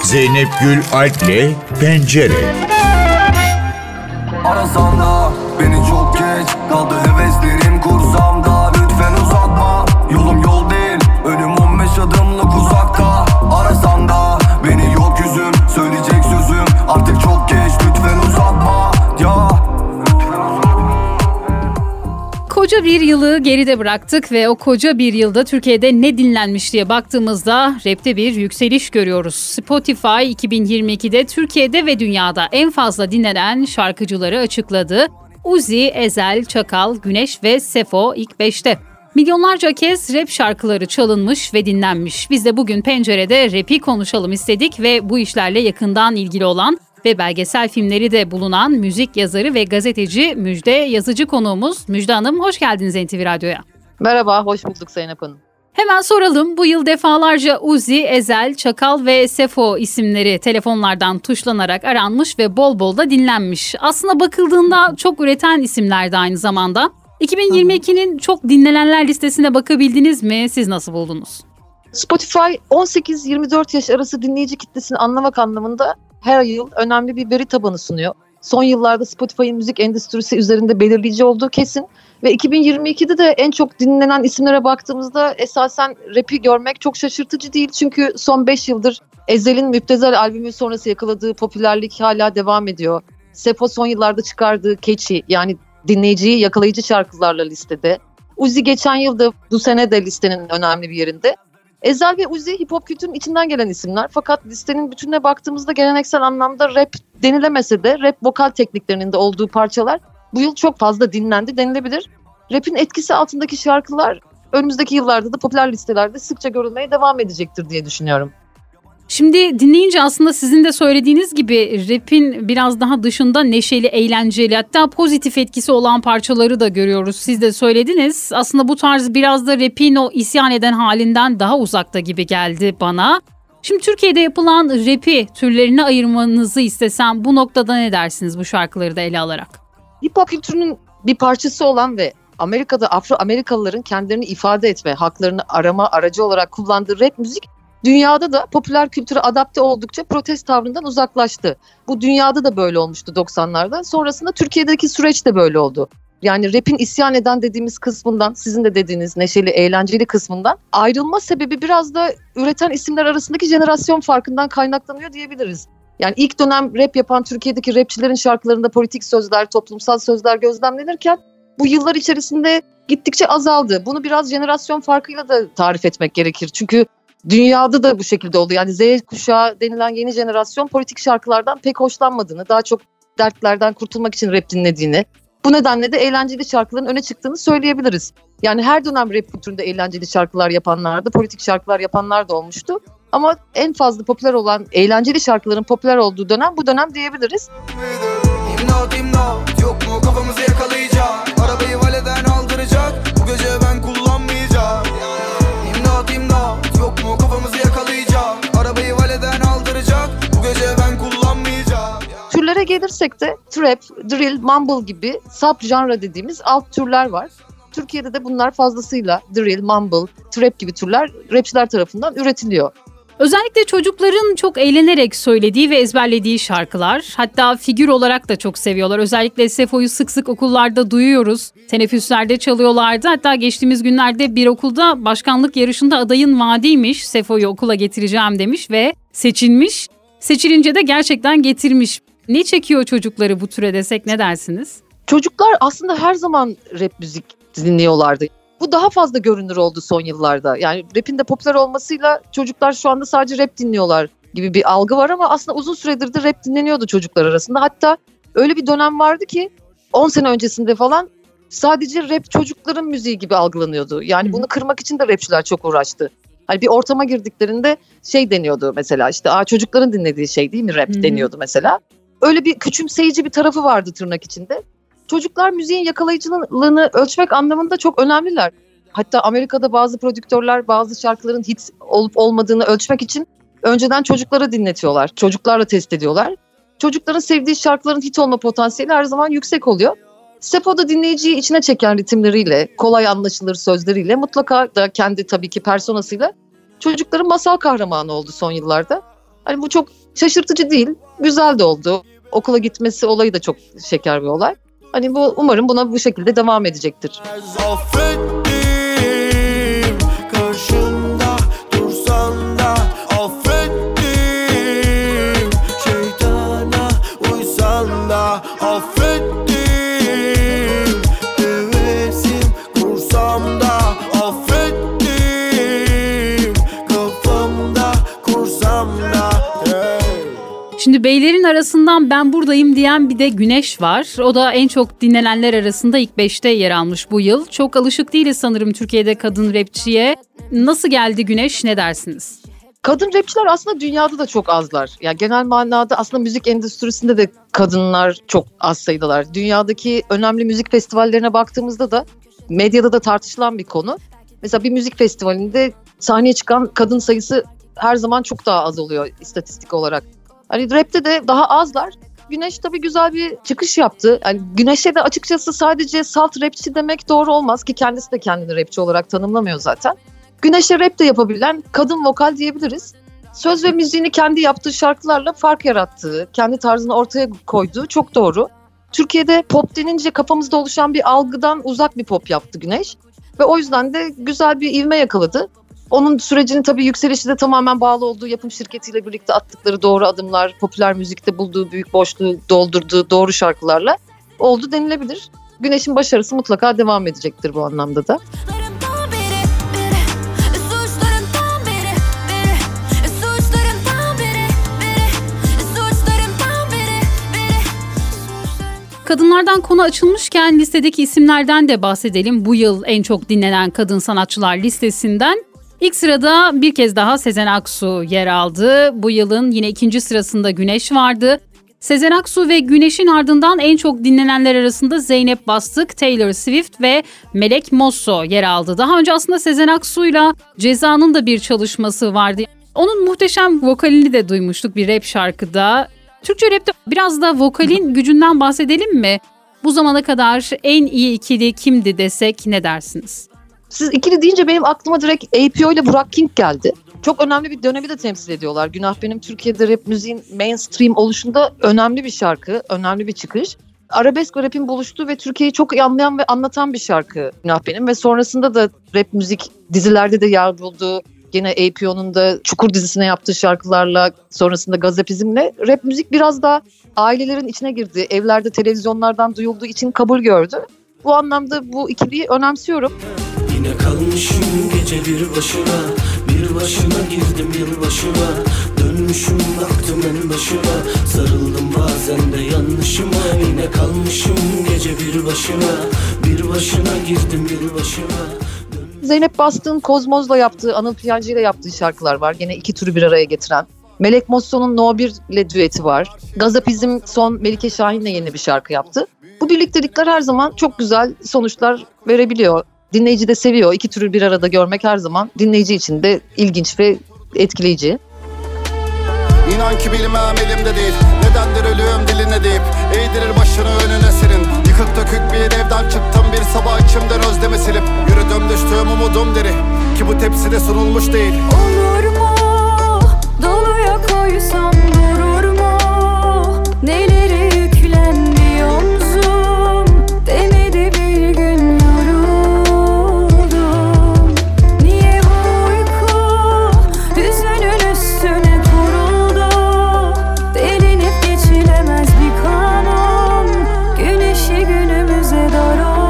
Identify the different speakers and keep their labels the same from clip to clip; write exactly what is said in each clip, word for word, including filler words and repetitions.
Speaker 1: Zeynep Gül Alp'le Pencere.
Speaker 2: Arasan da beni çok geç, kaldı heveslerim kursamda. Lütfen uzatma, yolum yol değil, önüm on beş adımlık uzakta. Arasan da beni yok yüzüm, söyleyecek sözüm artık çok geç. Lütfen uzatma ya.
Speaker 3: Koca bir yılı geride bıraktık ve o koca bir yılda Türkiye'de ne dinlenmiş diye baktığımızda rapte bir yükseliş görüyoruz. Spotify iki bin yirmi ikide Türkiye'de ve dünyada en fazla dinlenen şarkıcıları açıkladı. Uzi, Ezel, Çakal, Güneş ve Sefo ilk beşte. Milyonlarca kez rap şarkıları çalınmış ve dinlenmiş. Biz de bugün Pencere'de rap'i konuşalım istedik ve bu işlerle yakından ilgili olan ve belgesel filmleri de bulunan müzik yazarı ve gazeteci Müjde Yazıcı konuğumuz. Müjde Hanım, hoş geldiniz N T V Radyo'ya.
Speaker 4: Merhaba, hoş bulduk Zeynep Hanım.
Speaker 3: Hemen soralım, bu yıl defalarca Uzi, Ezel, Çakal ve Sefo isimleri telefonlardan tuşlanarak aranmış ve bol bol da dinlenmiş. Aslında bakıldığında çok üreten isimlerdi aynı zamanda. iki bin yirmi ikinin çok dinlenenler listesine bakabildiniz mi? Siz nasıl buldunuz?
Speaker 4: Spotify on sekiz yirmi dört yaş arası dinleyici kitlesini anlamak anlamında her yıl önemli bir veri tabanı sunuyor. Son yıllarda Spotify'ın müzik endüstrisi üzerinde belirleyici olduğu kesin. Ve iki bin yirmi ikide de en çok dinlenen isimlere baktığımızda esasen rap'i görmek çok şaşırtıcı değil. Çünkü son beş yıldır Ezel'in Müptezel albümü sonrası yakaladığı popülerlik hala devam ediyor. Sefo son yıllarda çıkardığı catchy, yani dinleyiciyi yakalayıcı şarkılarla listede. Uzi geçen yılda, bu sene de listenin önemli bir yerinde. Ezel ve Uzi hip hop kültürünün içinden gelen isimler. Fakat listenin bütününe baktığımızda geleneksel anlamda rap denilemese de rap vokal tekniklerinin de olduğu parçalar bu yıl çok fazla dinlendi denilebilir. Rap'in etkisi altındaki şarkılar önümüzdeki yıllarda da popüler listelerde sıkça görülmeye devam edecektir diye düşünüyorum.
Speaker 3: Şimdi dinleyince aslında sizin de söylediğiniz gibi rap'in biraz daha dışında neşeli, eğlenceli, hatta pozitif etkisi olan parçaları da görüyoruz. Siz de söylediniz. Aslında bu tarz biraz da rap'in o isyan eden halinden daha uzakta gibi geldi bana. Şimdi Türkiye'de yapılan rap'i türlerine ayırmanızı istesem bu noktada ne dersiniz bu şarkıları da ele alarak?
Speaker 4: Hip hop kültürünün bir parçası olan ve Amerika'da Afro-Amerikalıların kendilerini ifade etme, haklarını arama aracı olarak kullandığı rap müzik dünyada da popüler kültüre adapte oldukça protest tavrından uzaklaştı. Bu dünyada da böyle olmuştu doksanlarda. Sonrasında Türkiye'deki süreç de böyle oldu. Yani rap'in isyan eden dediğimiz kısmından, sizin de dediğiniz neşeli, eğlenceli kısmından ayrılma sebebi biraz da üreten isimler arasındaki jenerasyon farkından kaynaklanıyor diyebiliriz. Yani ilk dönem rap yapan Türkiye'deki rapçilerin şarkılarında politik sözler, toplumsal sözler gözlemlenirken bu yıllar içerisinde gittikçe azaldı. Bunu biraz jenerasyon farkıyla da tarif etmek gerekir. Çünkü dünyada da bu şekilde oldu. Yani Z kuşağı denilen yeni jenerasyon politik şarkılardan pek hoşlanmadığını, daha çok dertlerden kurtulmak için rap dinlediğini, bu nedenle de eğlenceli şarkıların öne çıktığını söyleyebiliriz. Yani her dönem rap kültüründe eğlenceli şarkılar yapanlar da, politik şarkılar yapanlar da olmuştu. Ama en fazla popüler olan, eğlenceli şarkıların popüler olduğu dönem bu dönem diyebiliriz.
Speaker 2: İmdat imdat, yok mu kafamızı yakalayacak, arabayı valeden aldıracak, bu gece ben kullanmayacağım. İmdat imdat, yok mu kafamızı yakalayacak, arabayı valeden aldıracak, bu gece ben kullanmayacağım.
Speaker 4: Türlere gelirsek de trap, drill, mumble gibi sub-genre dediğimiz alt türler var. Türkiye'de de bunlar fazlasıyla drill, mumble, trap gibi türler rapçiler tarafından üretiliyor.
Speaker 3: Özellikle çocukların çok eğlenerek söylediği ve ezberlediği şarkılar, hatta figür olarak da çok seviyorlar. Özellikle Sefo'yu sık sık okullarda duyuyoruz. Teneffüslerde çalıyorlardı. Hatta geçtiğimiz günlerde bir okulda başkanlık yarışında adayın vaadiymiş. Sefo'yu okula getireceğim demiş ve seçilmiş. Seçilince de gerçekten getirmiş. Ne çekiyor çocukları bu türe desek ne dersiniz?
Speaker 4: Çocuklar aslında her zaman rap müzik dinliyorlardı. Bu daha fazla görünür oldu son yıllarda. Yani rap'in de popüler olmasıyla çocuklar şu anda sadece rap dinliyorlar gibi bir algı var ama aslında uzun süredir de rap dinleniyordu çocuklar arasında. Hatta öyle bir dönem vardı ki on sene öncesinde falan sadece rap çocukların müziği gibi algılanıyordu. Yani bunu kırmak için de rapçiler çok uğraştı. Hani bir ortama girdiklerinde şey deniyordu mesela, işte Aa, çocukların dinlediği şey değil mi rap
Speaker 3: Hı-hı.
Speaker 4: deniyordu mesela. Öyle bir küçümseyici bir tarafı vardı tırnak içinde. Çocuklar müziğin yakalayıcılığını ölçmek anlamında çok önemliler. Hatta Amerika'da bazı prodüktörler bazı şarkıların hit olup olmadığını ölçmek için önceden çocuklara dinletiyorlar. Çocuklarla test ediyorlar. Çocukların sevdiği şarkıların hit olma potansiyeli her zaman yüksek oluyor. Sefo da dinleyiciyi içine çeken ritimleriyle, kolay anlaşılır sözleriyle, mutlaka da kendi tabii ki personasıyla çocukların masal kahramanı oldu son yıllarda. Hani bu çok Şaşırtıcı değil, güzel de oldu. Okula gitmesi olayı da çok şeker bir olay. Hani bu, umarım buna bu şekilde devam edecektir.
Speaker 5: Affettim, karşımda dursan da affettim, şeytana uysan da affettim, hevesim kursam da affettim, kafamda kursam da. Hey.
Speaker 3: Şimdi beylerin arasından ben buradayım diyen bir de Güneş var. O da en çok dinlenenler arasında ilk beşte yer almış bu yıl. Çok alışık değiliz sanırım Türkiye'de kadın rapçiye. Nasıl geldi Güneş, ne dersiniz?
Speaker 4: Kadın rapçiler aslında dünyada da çok azlar. Yani genel manada aslında müzik endüstrisinde de kadınlar çok az sayıdalar. Dünyadaki önemli müzik festivallerine baktığımızda da medyada da tartışılan bir konu. Mesela bir müzik festivalinde sahneye çıkan kadın sayısı her zaman çok daha az oluyor istatistik olarak. Hani rapte de daha azlar. Güneş tabii güzel bir çıkış yaptı. Yani Güneş'e de açıkçası sadece salt rapçi demek doğru olmaz ki kendisi de kendini rapçi olarak tanımlamıyor zaten. Güneş'e rap de yapabilen kadın vokal diyebiliriz. Söz ve müziğini kendi yaptığı şarkılarla fark yarattığı, kendi tarzını ortaya koyduğu çok doğru. Türkiye'de pop denince kafamızda oluşan bir algıdan uzak bir pop yaptı Güneş. Ve o yüzden de güzel bir ivme yakaladı. Onun sürecinin tabii yükselişi de tamamen bağlı olduğu yapım şirketiyle birlikte attıkları doğru adımlar, popüler müzikte bulduğu büyük boşluğu doldurduğu doğru şarkılarla oldu denilebilir. Güneş'in başarısı mutlaka devam edecektir bu anlamda da.
Speaker 3: Kadınlardan konu açılmışken listedeki isimlerden de bahsedelim. Bu yıl en çok dinlenen kadın sanatçılar listesinden. İlk sırada bir kez daha Sezen Aksu yer aldı. Bu yılın yine ikinci sırasında Güneş vardı. Sezen Aksu ve Güneş'in ardından en çok dinlenenler arasında Zeynep Bastık, Taylor Swift ve Melek Mosso yer aldı. Daha önce aslında Sezen Aksu'yla Ceza'nın da bir çalışması vardı. Onun muhteşem vokalini de duymuştuk bir rap şarkıda. Türkçe rapte biraz da vokalin gücünden bahsedelim mi? Bu zamana kadar en iyi ikili kimdi desek ne dersiniz?
Speaker 4: Siz ikili deyince benim aklıma direkt A P O ile Burak King geldi. Çok önemli bir dönemi de temsil ediyorlar. Günah Benim Türkiye'de rap müziğin mainstream oluşunda önemli bir şarkı, önemli bir çıkış. Arabesk ve rapin buluştuğu ve Türkiye'yi çok iyi anlayan ve anlatan bir şarkı Günah Benim. Ve sonrasında da rap müzik dizilerde de yer buldu. Yine A P O'nun da Çukur dizisine yaptığı şarkılarla, sonrasında Gazapizm'le rap müzik biraz daha ailelerin içine girdi. Evlerde, televizyonlardan duyulduğu için kabul gördü. Bu anlamda bu ikiliyi önemsiyorum.
Speaker 5: Yine kalmışım gece bir başına, bir başına girdim yıl başına, dönmüşüm baktım en başına, sarıldım bazen de yanlışıma. Yine kalmışım gece bir başına, bir başına girdim yıl başına.
Speaker 4: Zeynep Bastık'ın Kozmoz'la yaptığı, Anıl Piyancı ile yaptığı şarkılar var. Gene iki türü bir araya getiren. Melek Mosso'nun No bir ile düeti var. Gazapizm son Melike Şahin'le yeni bir şarkı yaptı. Bu birliktelikler her zaman çok güzel sonuçlar verebiliyor. Dinleyici de seviyor. İki türü bir arada görmek her zaman dinleyici için de ilginç ve etkileyici.
Speaker 6: İnan ki bilmem elimde değil, nedendir ölüm diline deyip eğdirir başını önüne senin. Yıkık dökük bir evden çıktım bir sabah, içimden özlemi silip yürüdüm düştüğüm umudum deri, ki bu tepside sunulmuş değil.
Speaker 7: Olur mu doluya koysam durur mu, neleri yüklendi omzum, demedi bir gün yoruldum. Niye bu uyku hüznün üstüne kuruldu, delinip geçilemez bir kanun, güneşi günümüze dar oldu.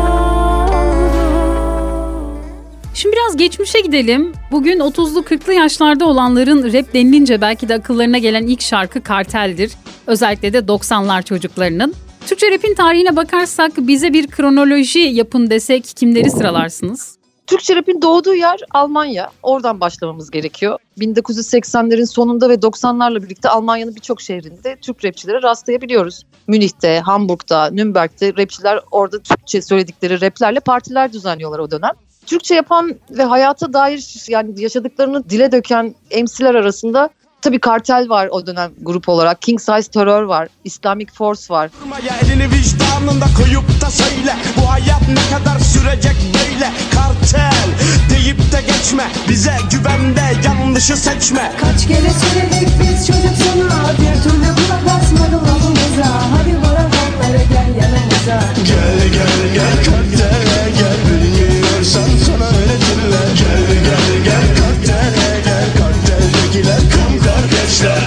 Speaker 3: Şimdi biraz geçmişe gidelim. Bugün otuzlu kırklı yaşlarda olanların rap denilince belki de akıllarına gelen ilk şarkı Kartel'dir. Özellikle de doksanlar çocuklarının. Türkçe rap'in tarihine bakarsak bize bir kronoloji yapın desek kimleri sıralarsınız?
Speaker 4: Türkçe rap'in doğduğu yer Almanya. Oradan başlamamız gerekiyor. bin dokuz yüz seksenlerin sonunda ve doksanlarla birlikte Almanya'nın birçok şehrinde Türk rapçilere rastlayabiliyoruz. Münih'te, Hamburg'da, Nürnberg'de rapçiler orada Türkçe söyledikleri raplerle partiler düzenliyorlar o dönem. Türkçe yapan ve hayata dair yani yaşadıklarını dile döken M C'ler arasında Tabii Kartel var o dönem grup olarak. King Size Terror var. Islamic Force var.
Speaker 8: Ya elini vicdanında koyup da söyle, bu hayat ne kadar sürecek böyle? Kartel deyip de geçme, bize güvende yanlışı seçme.
Speaker 7: Kaç kere söyledik biz çocuk sana, bir türlü kulak basmadın lafımıza. Hadi bana kalklara gel yanımıza.
Speaker 8: Gel gel gel kartele gel, bilmiyorsan sana öğretirler. Gel gel gel kartele gel, karteldekiler kan kardeşler.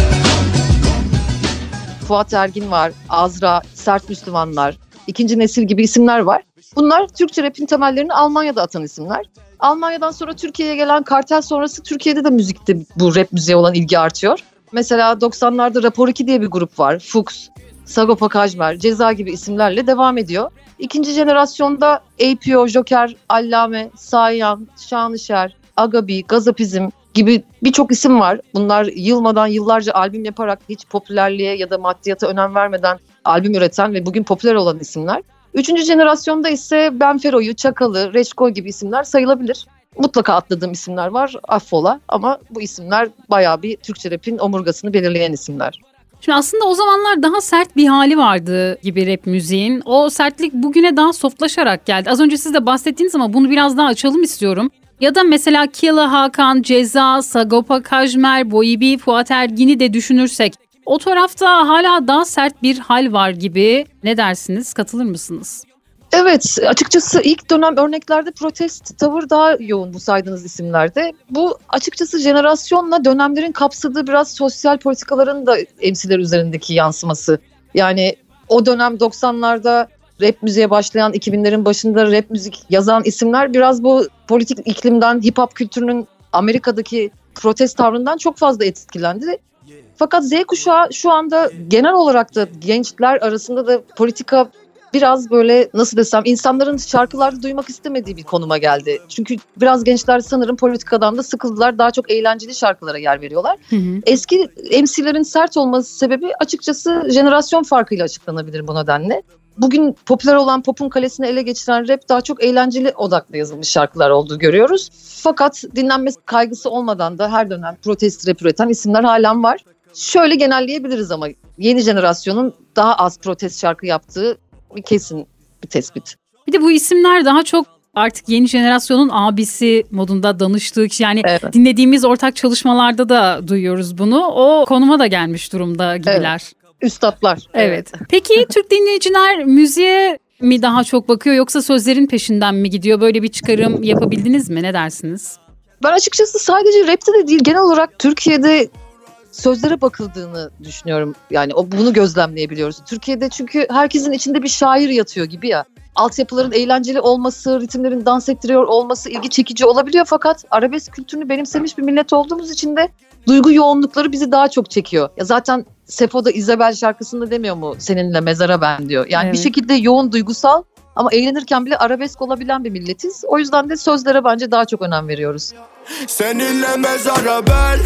Speaker 4: Fuat Ergin var, Azra, Sert Müslümanlar, İkinci Nesil gibi isimler var. Bunlar Türkçe rap'in temellerini Almanya'da atan isimler. Almanya'dan sonra Türkiye'ye gelen Kartel sonrası Türkiye'de de müzikte bu rap müziğe olan ilgi artıyor. Mesela doksanlarda Rapor iki diye bir grup var. Fuchs, Sagopa Kajmer, Ceza gibi isimlerle devam ediyor. İkinci jenerasyonda A P O, Joker, Allame, Sayan, Şanışer, Agabi, Gazapizm gibi birçok isim var. Bunlar yılmadan yıllarca albüm yaparak hiç popülerliğe ya da maddiyata önem vermeden albüm üreten ve bugün popüler olan isimler. Üçüncü jenerasyonda ise Benfero'yu, Çakal'ı, Reçko gibi isimler sayılabilir. Mutlaka atladığım isimler var, affola, ama bu isimler bayağı bir Türkçe rap'in omurgasını belirleyen isimler.
Speaker 3: Şimdi aslında o zamanlar daha sert bir hali vardı gibi rap müziğin. O sertlik bugüne daha softlaşarak geldi. Az önce siz de bahsettiğiniz ama bunu biraz daha açalım istiyorum. Ya da mesela Killa Hakan, Ceza, Sagopa Kajmer, Boy B, Fuat Ergin'i de düşünürsek o tarafta hala daha sert bir hal var gibi. Ne dersiniz? Katılır mısınız?
Speaker 4: Evet, açıkçası ilk dönem örneklerde protest tavır daha yoğun bu saydığınız isimlerde. Bu açıkçası jenerasyonla dönemlerin kapsadığı biraz sosyal politikaların da M C'ler üzerindeki yansıması. Yani o dönem doksanlarda rap müziğe başlayan, iki binlerin başında rap müzik yazan isimler biraz bu politik iklimden, hip hop kültürünün Amerika'daki protest tavrından çok fazla etkilendi. Fakat Z kuşağı şu anda genel olarak da gençler arasında da politika biraz böyle, nasıl desem, insanların şarkılarda duymak istemediği bir konuma geldi. Çünkü biraz gençler sanırım politikadan da sıkıldılar. Daha çok eğlenceli şarkılara yer veriyorlar. Hı hı. Eski M C'lerin sert olması sebebi açıkçası jenerasyon farkıyla açıklanabilir bu nedenle. Bugün popüler olan popun kalesini ele geçiren rap daha çok eğlenceli odaklı yazılmış şarkılar olduğu görüyoruz. Fakat dinlenmesi kaygısı olmadan da her dönem protest rap üreten isimler halen var. Şöyle genelleyebiliriz ama yeni jenerasyonun daha az protest şarkı yaptığı bir kesin bir tespit.
Speaker 3: Bir de bu isimler daha çok artık yeni jenerasyonun abisi modunda danıştığı kişi. Yani evet. Dinlediğimiz ortak çalışmalarda da duyuyoruz bunu. O konuma da gelmiş durumda gibiler.
Speaker 4: Evet. Üstadlar.
Speaker 3: Evet. Peki Türk dinleyiciler müziğe mi daha çok bakıyor yoksa sözlerin peşinden mi gidiyor? Böyle bir çıkarım yapabildiniz mi? Ne dersiniz?
Speaker 4: Ben açıkçası sadece rapte de değil, genel olarak Türkiye'de sözlere bakıldığını düşünüyorum. Yani o bunu gözlemleyebiliyoruz. Türkiye'de çünkü herkesin içinde bir şair yatıyor gibi ya. Altyapıların eğlenceli olması, ritimlerin dans ettiriyor olması ilgi çekici olabiliyor. Fakat arabesk kültürünü benimsemiş bir millet olduğumuz için de duygu yoğunlukları bizi daha çok çekiyor. Ya zaten Sefo da Isabel şarkısında demiyor mu seninle mezara ben diyor. Yani evet. Bir şekilde yoğun, duygusal ama eğlenirken bile arabesk olabilen bir milletiz. O yüzden de sözlere bence daha çok önem veriyoruz.
Speaker 9: Seninle mezara ben,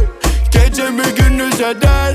Speaker 9: gecemi gündüz eden,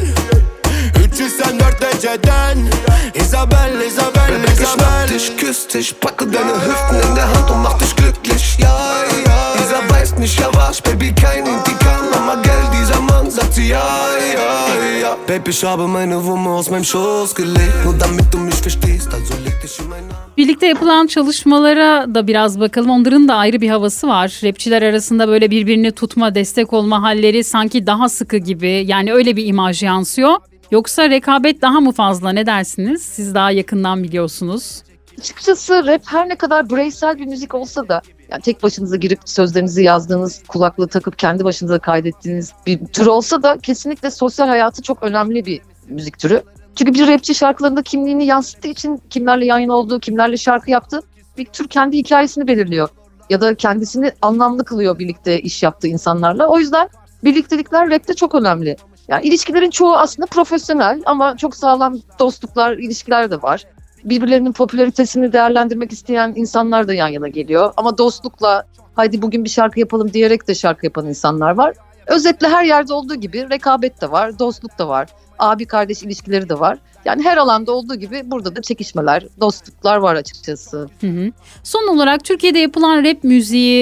Speaker 9: üç yüz dört Ece'den. Isabel, Isabel, Isabel.
Speaker 5: Ich küss dich, packe deine Hüften in der Hand und mach dich glücklich. Ja, ja, dieser weiß nicht, ja was, Baby, kein Intikam, ama gel, dieser Mann sagt sie ja, ja, ja. Baby, ich habe meine Wumme aus meinem Schoß gelegt, nur damit du mich verstehst, also leg dich in meinen Arm.
Speaker 3: Birlikte yapılan çalışmalara da biraz bakalım. Onların da ayrı bir havası var. Rapçiler arasında böyle birbirini tutma, destek olma halleri sanki daha sıkı gibi. Yani öyle bir imaj yansıyor. Yoksa rekabet daha mı fazla, ne dersiniz? Siz daha yakından biliyorsunuz.
Speaker 4: Açıkçası rap her ne kadar bireysel bir müzik olsa da, yani tek başınıza girip sözlerinizi yazdığınız, kulaklığı takıp kendi başınıza kaydettiğiniz bir tür olsa da kesinlikle sosyal hayatı çok önemli bir müzik türü. Çünkü bir rapçi şarkılarında kimliğini yansıttığı için kimlerle yan yana olduğu, kimlerle şarkı yaptığı bir tür kendi hikayesini belirliyor. Ya da kendisini anlamlı kılıyor birlikte iş yaptığı insanlarla. O yüzden birliktelikler rapte çok önemli. Yani ilişkilerin çoğu aslında profesyonel ama çok sağlam dostluklar, ilişkiler de var. Birbirlerinin popülaritesini değerlendirmek isteyen insanlar da yan yana geliyor. Ama dostlukla haydi bugün bir şarkı yapalım diyerek de şarkı yapan insanlar var. Özetle her yerde olduğu gibi rekabet de var, dostluk da var, abi kardeş ilişkileri de var. Yani her alanda olduğu gibi burada da çekişmeler, dostluklar var açıkçası.
Speaker 3: Hı hı. Son olarak Türkiye'de yapılan rap müziği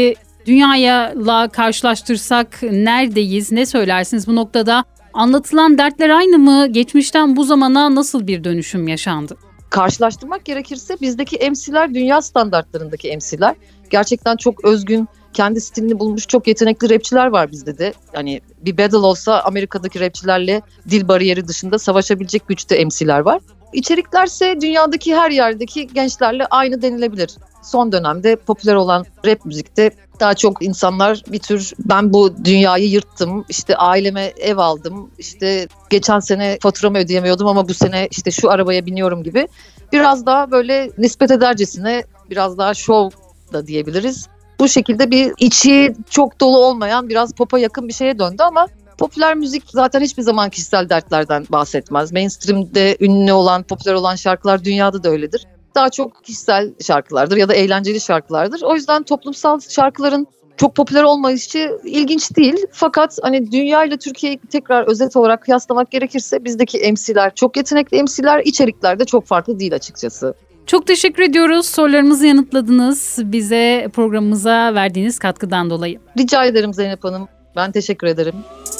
Speaker 3: dünyayla karşılaştırsak neredeyiz? Ne söylersiniz bu noktada? Anlatılan dertler aynı mı? Geçmişten bu zamana nasıl bir dönüşüm yaşandı?
Speaker 4: Karşılaştırmak gerekirse bizdeki M C'ler dünya standartlarındaki M C'ler. Gerçekten çok özgün, kendi stilini bulmuş çok yetenekli rapçiler var bizde de. Hani bir battle olsa Amerika'daki rapçilerle dil bariyeri dışında savaşabilecek güçte M C'ler var. İçeriklerse dünyadaki her yerdeki gençlerle aynı denilebilir. Son dönemde popüler olan rap müzikte daha çok insanlar bir tür ben bu dünyayı yırttım, işte aileme ev aldım, işte geçen sene faturamı ödeyemiyordum ama bu sene işte şu arabaya biniyorum gibi. Biraz daha böyle nispet edercesine, biraz daha şov da diyebiliriz. Bu şekilde bir içi çok dolu olmayan, biraz pop'a yakın bir şeye döndü ama popüler müzik zaten hiçbir zaman kişisel dertlerden bahsetmez. Mainstream'de ünlü olan, popüler olan şarkılar dünyada da öyledir. Daha çok kişisel şarkılardır ya da eğlenceli şarkılardır. O yüzden toplumsal şarkıların çok popüler olmayışı ilginç değil. Fakat hani dünya ile Türkiye'yi tekrar özet olarak kıyaslamak gerekirse bizdeki M C'ler çok yetenekli M C'ler, içerikler de çok farklı değil açıkçası.
Speaker 3: Çok teşekkür ediyoruz. Sorularımızı yanıtladınız. Bize programımıza verdiğiniz katkıdan dolayı.
Speaker 4: Rica ederim Zeynep Hanım. Ben teşekkür ederim.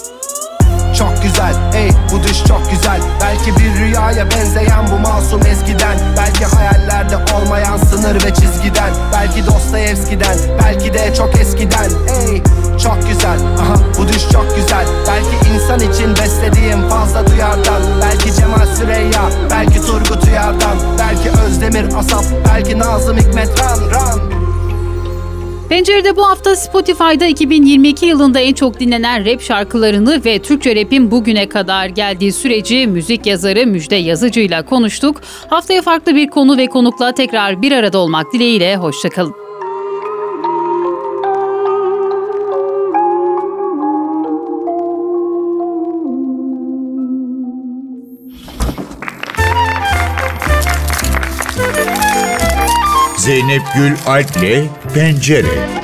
Speaker 8: Çok güzel, ey bu düş çok güzel. Belki bir rüyaya benzeyen bu masum eskiden. Belki hayallerde olmayan sınır ve çizgiden. Belki Dostoyevski'den, belki de çok eskiden. Ey çok güzel, aha bu düş çok güzel. Belki insan için beslediğim fazla duyardan. Belki Cemal Süreyya, belki Turgut Uyar'dan. Belki Özdemir Asaf, belki Nazım Hikmet Ran Ran.
Speaker 3: Pencere'de bu hafta Spotify'da iki bin yirmi iki yılında en çok dinlenen rap şarkılarını ve Türkçe rap'in bugüne kadar geldiği süreci müzik yazarı Müjde Yazıcı'yla konuştuk. Haftaya farklı bir konu ve konukla tekrar bir arada olmak dileğiyle hoşçakalın.
Speaker 1: Zeynep Gül Alp'le Pencere.